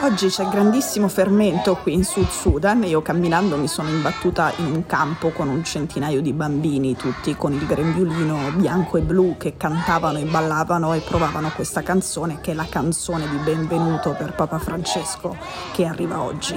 Oggi c'è grandissimo fermento qui in Sud Sudan e io camminando mi sono imbattuta in un campo con un centinaio di bambini, tutti con il grembiulino bianco e blu, che cantavano e ballavano e provavano questa canzone, che è la canzone di benvenuto per Papa Francesco, che arriva oggi.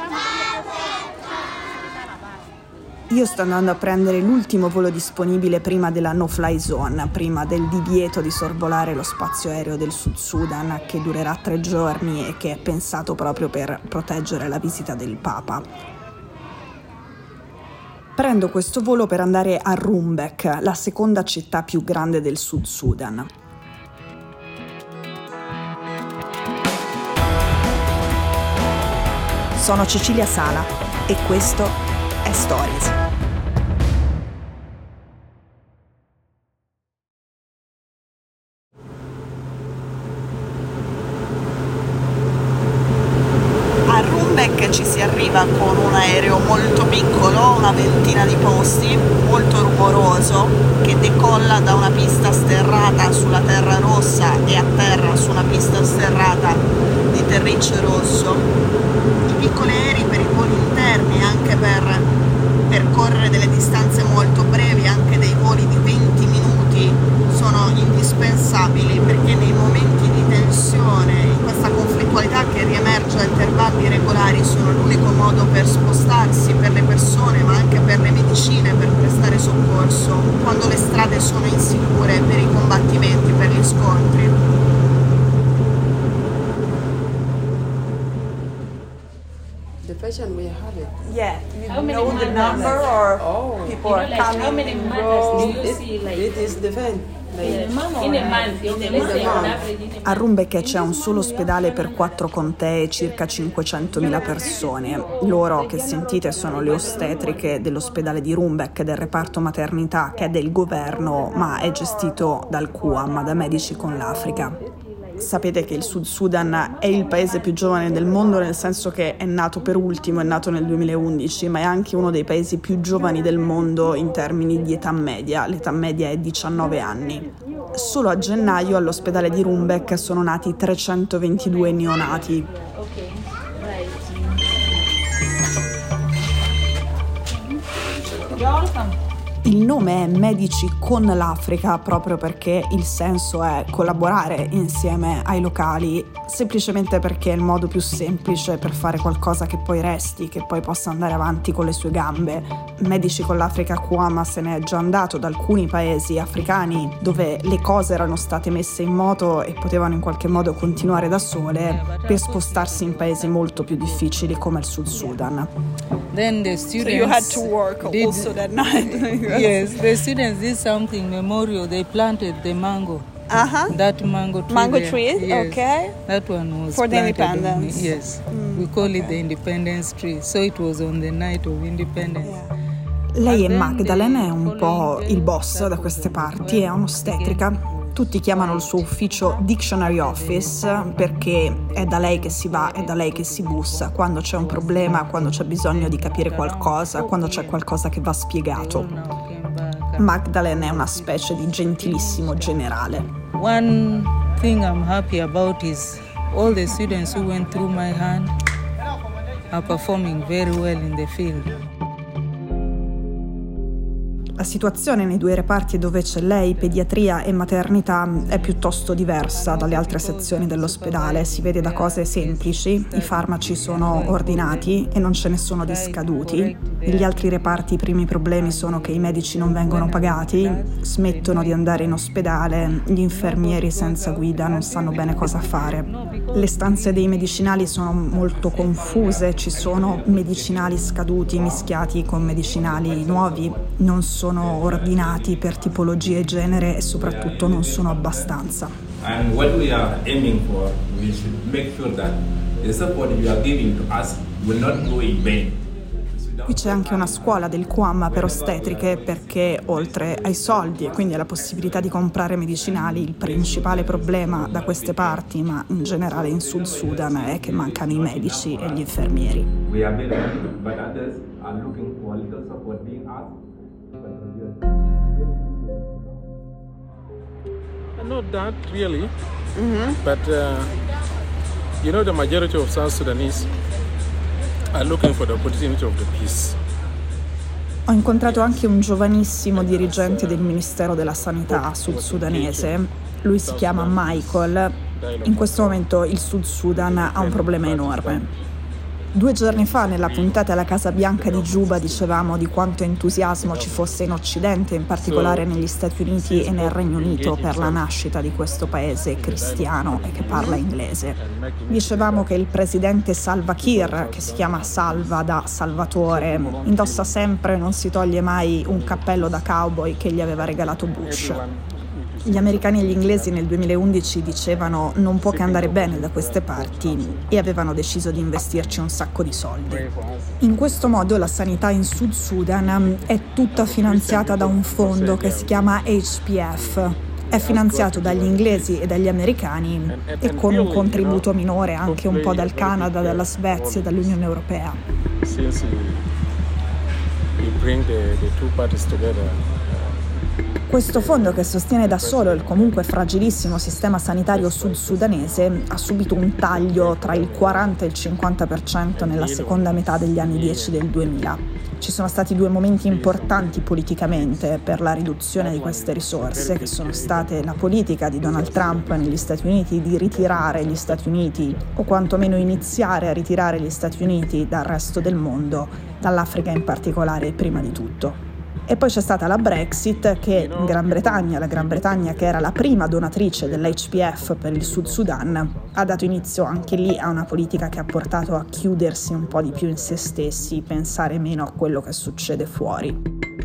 Io sto andando a prendere l'ultimo volo disponibile prima della no-fly zone, prima del divieto di sorvolare lo spazio aereo del Sud Sudan, che durerà 3 giorni e che è pensato proprio per proteggere la visita del Papa. Prendo questo volo per andare a Rumbek, la seconda città più grande del Sud Sudan. Sono Cecilia Sala e questo è Stories. Ci si arriva con un aereo molto piccolo, una ventina di posti, molto rumoroso, che decolla da una pista sterrata sulla terra rossa e atterra su una pista sterrata di terriccio rosso. I piccoli aerei per i voli interni, anche per percorrere delle distanze molto brevi, anche dei voli di 20 minuti, sono indispensabili, perché nei momenti di tensione, in questa conflittualità che riemerge a intervalli regolari, sono l'unico modo per spostarsi per le persone, ma anche per le medicine, per prestare soccorso, quando le strade sono insicure per i combattimenti, per gli scontri. The patient we have it. Yeah, you know the number or people are coming. How many mothers do you see? It is different. In a month, let's say on average. A Rumbek c'è un solo ospedale per 4 contee e circa 500.000 persone. Loro che sentite sono le ostetriche dell'ospedale di Rumbek, del reparto maternità, che è del governo ma è gestito dal QAM, da Medici con l'Africa. Sapete che il Sud Sudan è il paese più giovane del mondo, nel senso che è nato per ultimo, è nato nel 2011, ma è anche uno dei paesi più giovani del mondo in termini di età media. L'età media è 19 anni. Solo a gennaio all'ospedale di Rumbek sono nati 322 neonati. Il nome è Medici con l'Africa proprio perché il senso è collaborare insieme ai locali, semplicemente perché è il modo più semplice per fare qualcosa che poi resti, che poi possa andare avanti con le sue gambe. Medici con l'Africa QAM se ne è già andato da alcuni paesi africani dove le cose erano state messe in moto e potevano in qualche modo continuare da sole, per spostarsi in paesi molto più difficili come il Sud Sudan. Then the students, So you had to work also that night. Yes, the students did something memorial. They planted the mango. That mango tree. Mango there. tree, Yes. okay. That one was For the planted on- independence. yes, we call it the independence tree. So it was on the night of independence. Lei è Magdalene, è un po' il boss da queste parti, è un'ostetrica. Tutti chiamano il suo ufficio Dictionary Office perché è da lei che si va, è da lei che si bussa quando c'è un problema, quando c'è bisogno di capire qualcosa, quando c'è qualcosa che va spiegato. Magdalene è una specie di gentilissimo generale. One thing I'm happy about is all the students who went through my hand are performing very well in the field. La situazione nei 2 reparti dove c'è lei, pediatria e maternità, è piuttosto diversa dalle altre sezioni dell'ospedale. Si vede da cose semplici, i farmaci sono ordinati e non ce ne sono di scaduti. Negli altri reparti i primi problemi sono che i medici non vengono pagati, smettono di andare in ospedale, gli infermieri senza guida non sanno bene cosa fare. Le stanze dei medicinali sono molto confuse, ci sono medicinali scaduti mischiati con medicinali nuovi, non sono ordinati per tipologia e genere e soprattutto non sono abbastanza. And what we are aiming for, we should make sure that the support you are giving to us will not go in vain. Qui c'è anche una scuola del QAM per ostetriche perché oltre ai soldi e quindi alla possibilità di comprare medicinali, il principale problema da queste parti, ma in generale in Sud Sudan, è che mancano i medici e gli infermieri. We are better, but others are looking for a little support being asked. Not that really, but You know, the majority of South Sudanese are looking for the opportunity of the peace. Ho incontrato anche un giovanissimo dirigente del Ministero della Sanità sud-sudanese. Lui si chiama Michael. In questo momento il Sud Sudan ha un problema enorme. 2 giorni fa, nella puntata alla Casa Bianca di Giuba, dicevamo di quanto entusiasmo ci fosse in Occidente, in particolare negli Stati Uniti e nel Regno Unito, per la nascita di questo paese cristiano e che parla inglese. Dicevamo che il presidente Salva Kiir, che si chiama Salva da Salvatore, indossa sempre e non si toglie mai un cappello da cowboy che gli aveva regalato Bush. Gli americani e gli inglesi nel 2011 dicevano non può che andare bene da queste parti e avevano deciso di investirci un sacco di soldi. In questo modo la sanità in Sud Sudan è tutta finanziata da un fondo che si chiama HPF. È finanziato dagli inglesi e dagli americani e con un contributo minore anche un po' dal Canada, dalla Svezia e dall'Unione Europea. Since we bring the two parties together. Questo fondo, che sostiene da solo il comunque fragilissimo sistema sanitario sud-sudanese, ha subito un taglio tra il 40 e il 50% nella seconda metà degli anni 10 del 2000. Ci sono stati 2 momenti importanti politicamente per la riduzione di queste risorse, che sono state la politica di Donald Trump negli Stati Uniti di ritirare gli Stati Uniti, o quantomeno iniziare a ritirare gli Stati Uniti dal resto del mondo, dall'Africa in particolare prima di tutto. E poi c'è stata la Brexit, che in Gran Bretagna, la Gran Bretagna che era la prima donatrice dell'HPF per il Sud Sudan, ha dato inizio anche lì a una politica che ha portato a chiudersi un po' di più in se stessi, pensare meno a quello che succede fuori.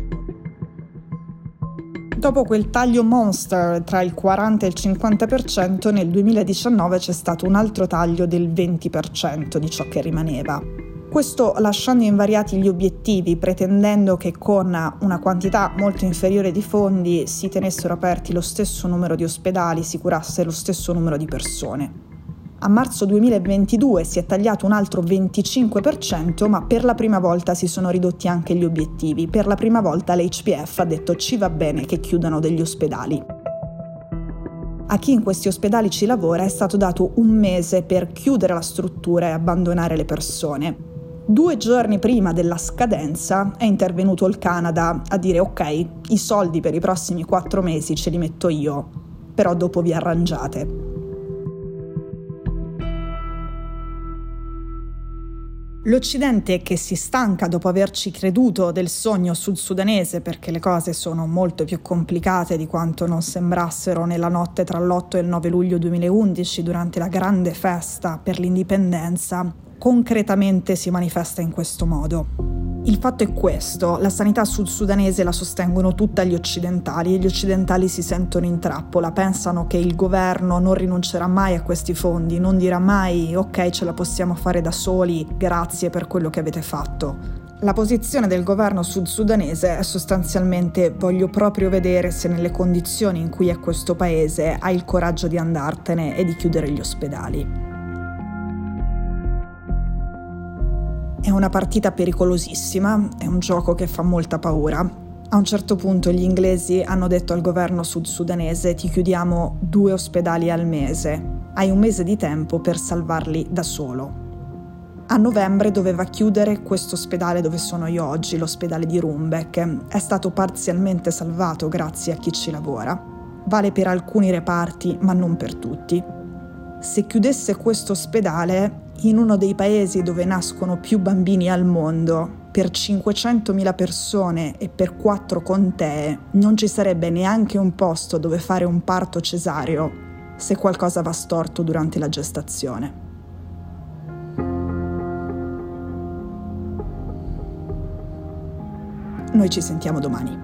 Dopo quel taglio monster tra il 40 e il 50%, nel 2019 c'è stato un altro taglio del 20% di ciò che rimaneva. Questo lasciando invariati gli obiettivi, pretendendo che con una quantità molto inferiore di fondi si tenessero aperti lo stesso numero di ospedali, si curasse lo stesso numero di persone. A marzo 2022 si è tagliato un altro 25%, ma per la prima volta si sono ridotti anche gli obiettivi. Per la prima volta l'HPF ha detto ci va bene che chiudano degli ospedali. A chi in questi ospedali ci lavora è stato dato 1 mese per chiudere la struttura e abbandonare le persone. 2 giorni prima della scadenza è intervenuto il Canada a dire ok, i soldi per i prossimi 4 mesi ce li metto io, però dopo vi arrangiate. L'Occidente, che si stanca dopo averci creduto del sogno sud-sudanese, perché le cose sono molto più complicate di quanto non sembrassero nella notte tra l'8 e il 9 luglio 2011 durante la grande festa per l'indipendenza, concretamente si manifesta in questo modo. Il fatto è questo: la sanità sud-sudanese la sostengono tutta gli occidentali e gli occidentali si sentono in trappola, pensano che il governo non rinuncerà mai a questi fondi, non dirà mai ok, ce la possiamo fare da soli, grazie per quello che avete fatto. La posizione del governo sud-sudanese è sostanzialmente voglio proprio vedere se nelle condizioni in cui è questo paese hai il coraggio di andartene e di chiudere gli ospedali. È una partita pericolosissima, è un gioco che fa molta paura. A un certo punto gli inglesi hanno detto al governo sud-sudanese ti chiudiamo 2 ospedali al mese, hai 1 mese di tempo per salvarli da solo. A novembre doveva chiudere questo ospedale dove sono io oggi, l'ospedale di Rumbek. È stato parzialmente salvato grazie a chi ci lavora. Vale per alcuni reparti, ma non per tutti. Se chiudesse questo ospedale, in uno dei paesi dove nascono più bambini al mondo, per 500.000 persone e per 4 contee, non ci sarebbe neanche un posto dove fare un parto cesareo se qualcosa va storto durante la gestazione. Noi ci sentiamo domani.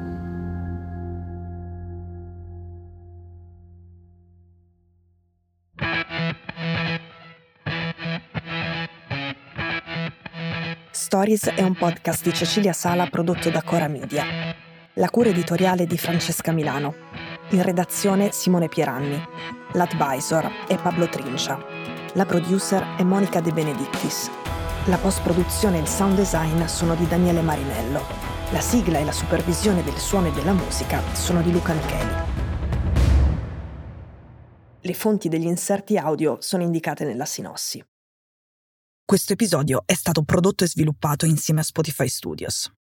Stories è un podcast di Cecilia Sala prodotto da Cora Media. La cura editoriale di Francesca Milano. In redazione Simone Pieranni. L'advisor è Pablo Trincia. La producer è Monica De Benedictis. La post-produzione e il sound design sono di Daniele Marinello. La sigla e la supervisione del suono e della musica sono di Luca Micheli. Le fonti degli inserti audio sono indicate nella sinossi. Questo episodio è stato prodotto e sviluppato insieme a Spotify Studios.